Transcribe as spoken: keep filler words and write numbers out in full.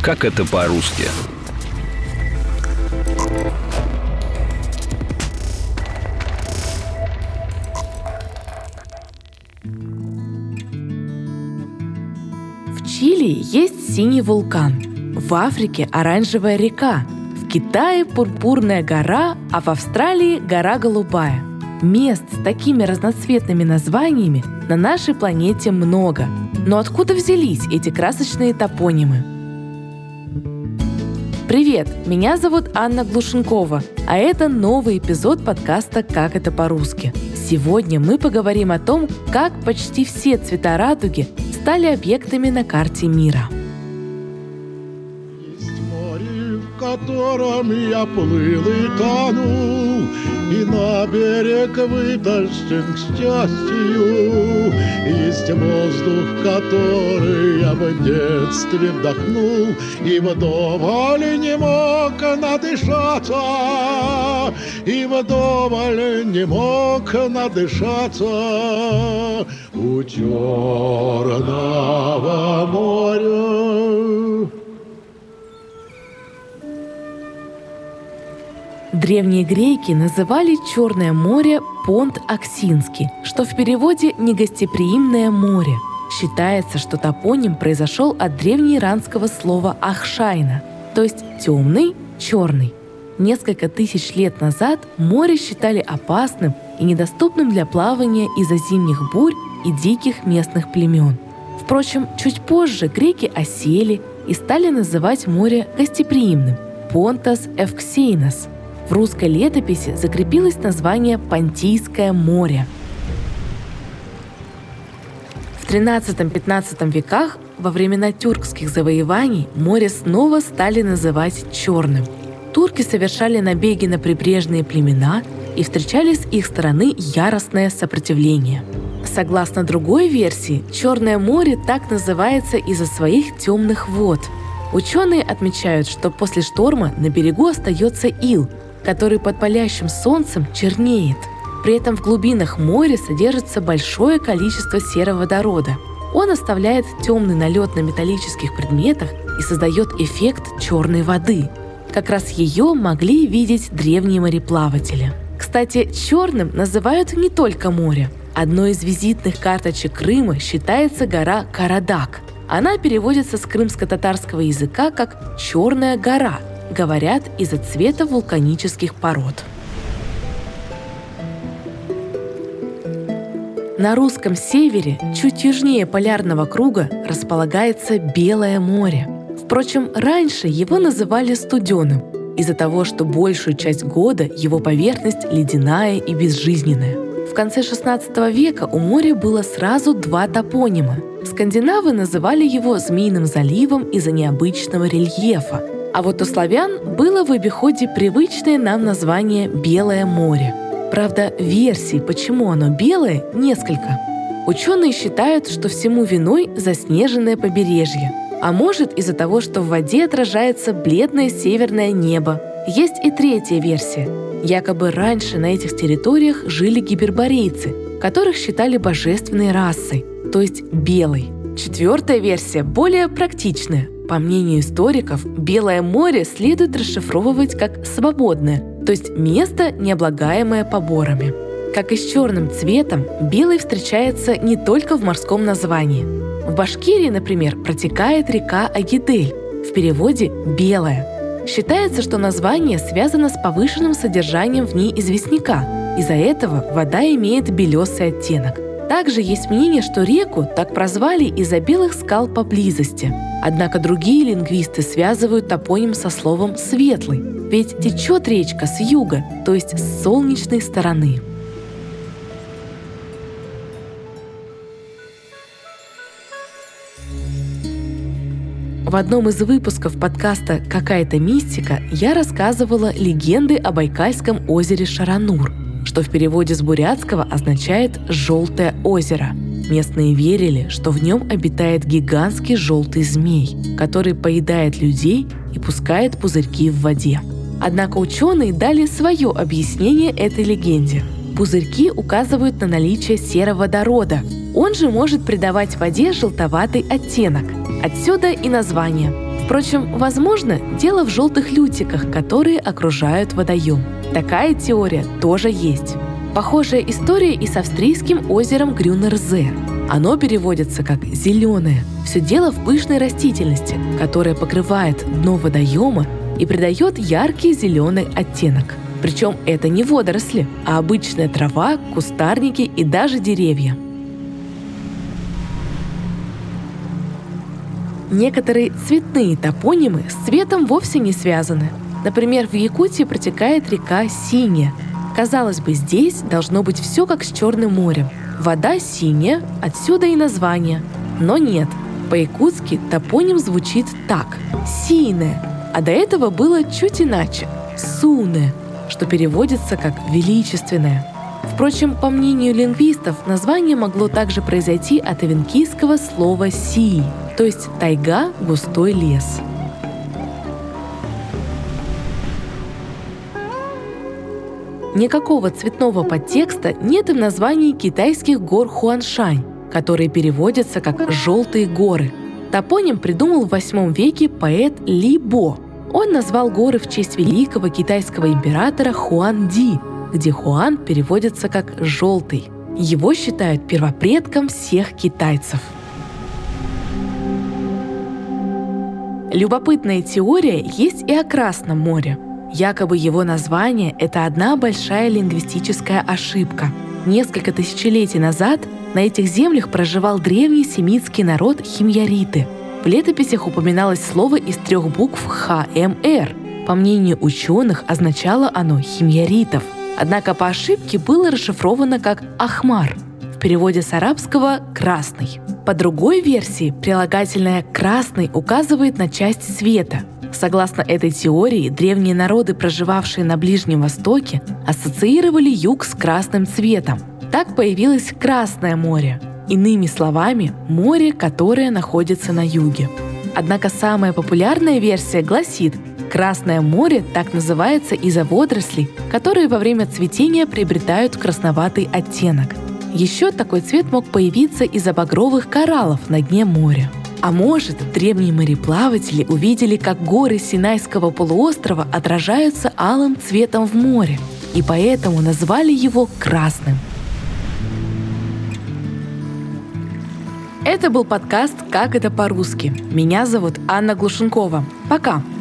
Как это по-русски? В Чили есть синий вулкан, в Африке оранжевая река, в Китае пурпурная гора, а в Австралии гора голубая. Мест с такими разноцветными названиями на нашей планете много. Но откуда взялись эти красочные топонимы? Привет, меня зовут Анна Глушенкова, а это новый эпизод подкаста «Как это по-русски». Сегодня мы поговорим о том, как почти все цвета радуги стали объектами на карте мира. Есть море, в котором я плыл и тонул, и на берег вытащен к счастью. Есть воздух, который я в детстве вдохнул, и вдоволь не мог надышаться, и вдоволь не мог надышаться у Черного моря. Древние греки называли Черное море Понт Оксинский, что в переводе «негостеприимное море». Считается, что топоним произошел от древнеиранского слова «ахшайна», то есть «темный», «черный». Несколько тысяч лет назад море считали опасным и недоступным для плавания из-за зимних бурь и диких местных племен. Впрочем, чуть позже греки осели и стали называть море гостеприимным – «Понтас Эвксейнос». В русской летописи закрепилось название Понтийское море. В тринадцатом-пятнадцатом веках, во времена тюркских завоеваний, море снова стали называть Черным. Турки совершали набеги на прибрежные племена, и встречали с их стороны яростное сопротивление. Согласно другой версии, Черное море так называется из-за своих темных вод. Ученые отмечают, что после шторма на берегу остается ил, который под палящим солнцем чернеет. При этом в глубинах моря содержится большое количество сероводорода. Он оставляет темный налет на металлических предметах и создает эффект черной воды. Как раз ее могли видеть древние мореплаватели. Кстати, черным называют не только море. Одной из визитных карточек Крыма считается гора Карадак. Она переводится с крымско-татарского языка как «Черная гора», говорят из-за цвета вулканических пород. На русском севере, чуть южнее полярного круга, располагается Белое море. Впрочем, раньше его называли студеным, из-за того, что большую часть года его поверхность ледяная и безжизненная. В конце шестнадцатого века у моря было сразу два топонима. Скандинавы называли его Змеиным заливом из-за необычного рельефа, а вот у славян было в обиходе привычное нам название «Белое море». Правда, версий, почему оно белое, несколько. Ученые считают, что всему виной заснеженное побережье. А может, из-за того, что в воде отражается бледное северное небо. Есть и третья версия. Якобы раньше на этих территориях жили гиперборейцы, которых считали божественной расой, то есть белой. Четвертая версия более практичная. По мнению историков, Белое море следует расшифровывать как «свободное», то есть место, не облагаемое поборами. Как и с черным цветом, белый встречается не только в морском названии. В Башкирии, например, протекает река Агидель, в переводе «белая». Считается, что название связано с повышенным содержанием в ней известняка. Из-за этого вода имеет белесый оттенок. Также есть мнение, что реку так прозвали из-за белых скал поблизости. Однако другие лингвисты связывают топоним со словом «светлый», ведь течет речка с юга, то есть с солнечной стороны. В одном из выпусков подкаста «Какая-то мистика» я рассказывала легенды о Байкальском озере Шаранур, что в переводе с бурятского означает «желтое озеро». Местные верили, что в нем обитает гигантский желтый змей, который поедает людей и пускает пузырьки в воде. Однако ученые дали свое объяснение этой легенде. Пузырьки указывают на наличие сероводорода. Он же может придавать воде желтоватый оттенок. Отсюда и название. Впрочем, возможно, дело в желтых лютиках, которые окружают водоем. Такая теория тоже есть. Похожая история и с австрийским озером Грюнерзee. Оно переводится как «зеленое». Все дело в пышной растительности, которая покрывает дно водоема и придает яркий зеленый оттенок. Причем это не водоросли, а обычная трава, кустарники и даже деревья. Некоторые цветные топонимы с цветом вовсе не связаны. Например, в Якутии протекает река Синяя. Казалось бы, здесь должно быть все как с Черным морем. Вода синяя, отсюда и название. Но нет, по-якутски топоним звучит так – «синое», а до этого было чуть иначе – «суне», что переводится как «величественное». Впрочем, по мнению лингвистов, название могло также произойти от эвенкийского слова «сии», то есть тайга, густой лес. Никакого цветного подтекста нет и в названии китайских гор Хуаншань, которые переводятся как «желтые горы». Топоним придумал в восьмом веке поэт Ли Бо. Он назвал горы в честь великого китайского императора Хуанди, где Хуан переводится как «желтый». Его считают первопредком всех китайцев. Любопытная теория есть и о Красном море. Якобы его название – это одна большая лингвистическая ошибка. Несколько тысячелетий назад на этих землях проживал древний семитский народ химьяриты. В летописях упоминалось слово из трех букв Х М Р. По мнению ученых, означало оно «химьяритов». Однако по ошибке было расшифровано как «ахмар», в переводе с арабского «красный». По другой версии, прилагательное «красный» указывает на часть света. Согласно этой теории, древние народы, проживавшие на Ближнем Востоке, ассоциировали юг с красным цветом. Так появилось Красное море. Иными словами, море, которое находится на юге. Однако самая популярная версия гласит, Красное море так называется из-за водорослей, которые во время цветения приобретают красноватый оттенок. Еще такой цвет мог появиться из-за багровых кораллов на дне моря. А может, древние мореплаватели увидели, как горы Синайского полуострова отражаются алым цветом в море, и поэтому назвали его Красным. Это был подкаст «Как это по-русски». Меня зовут Анна Глушенкова. Пока!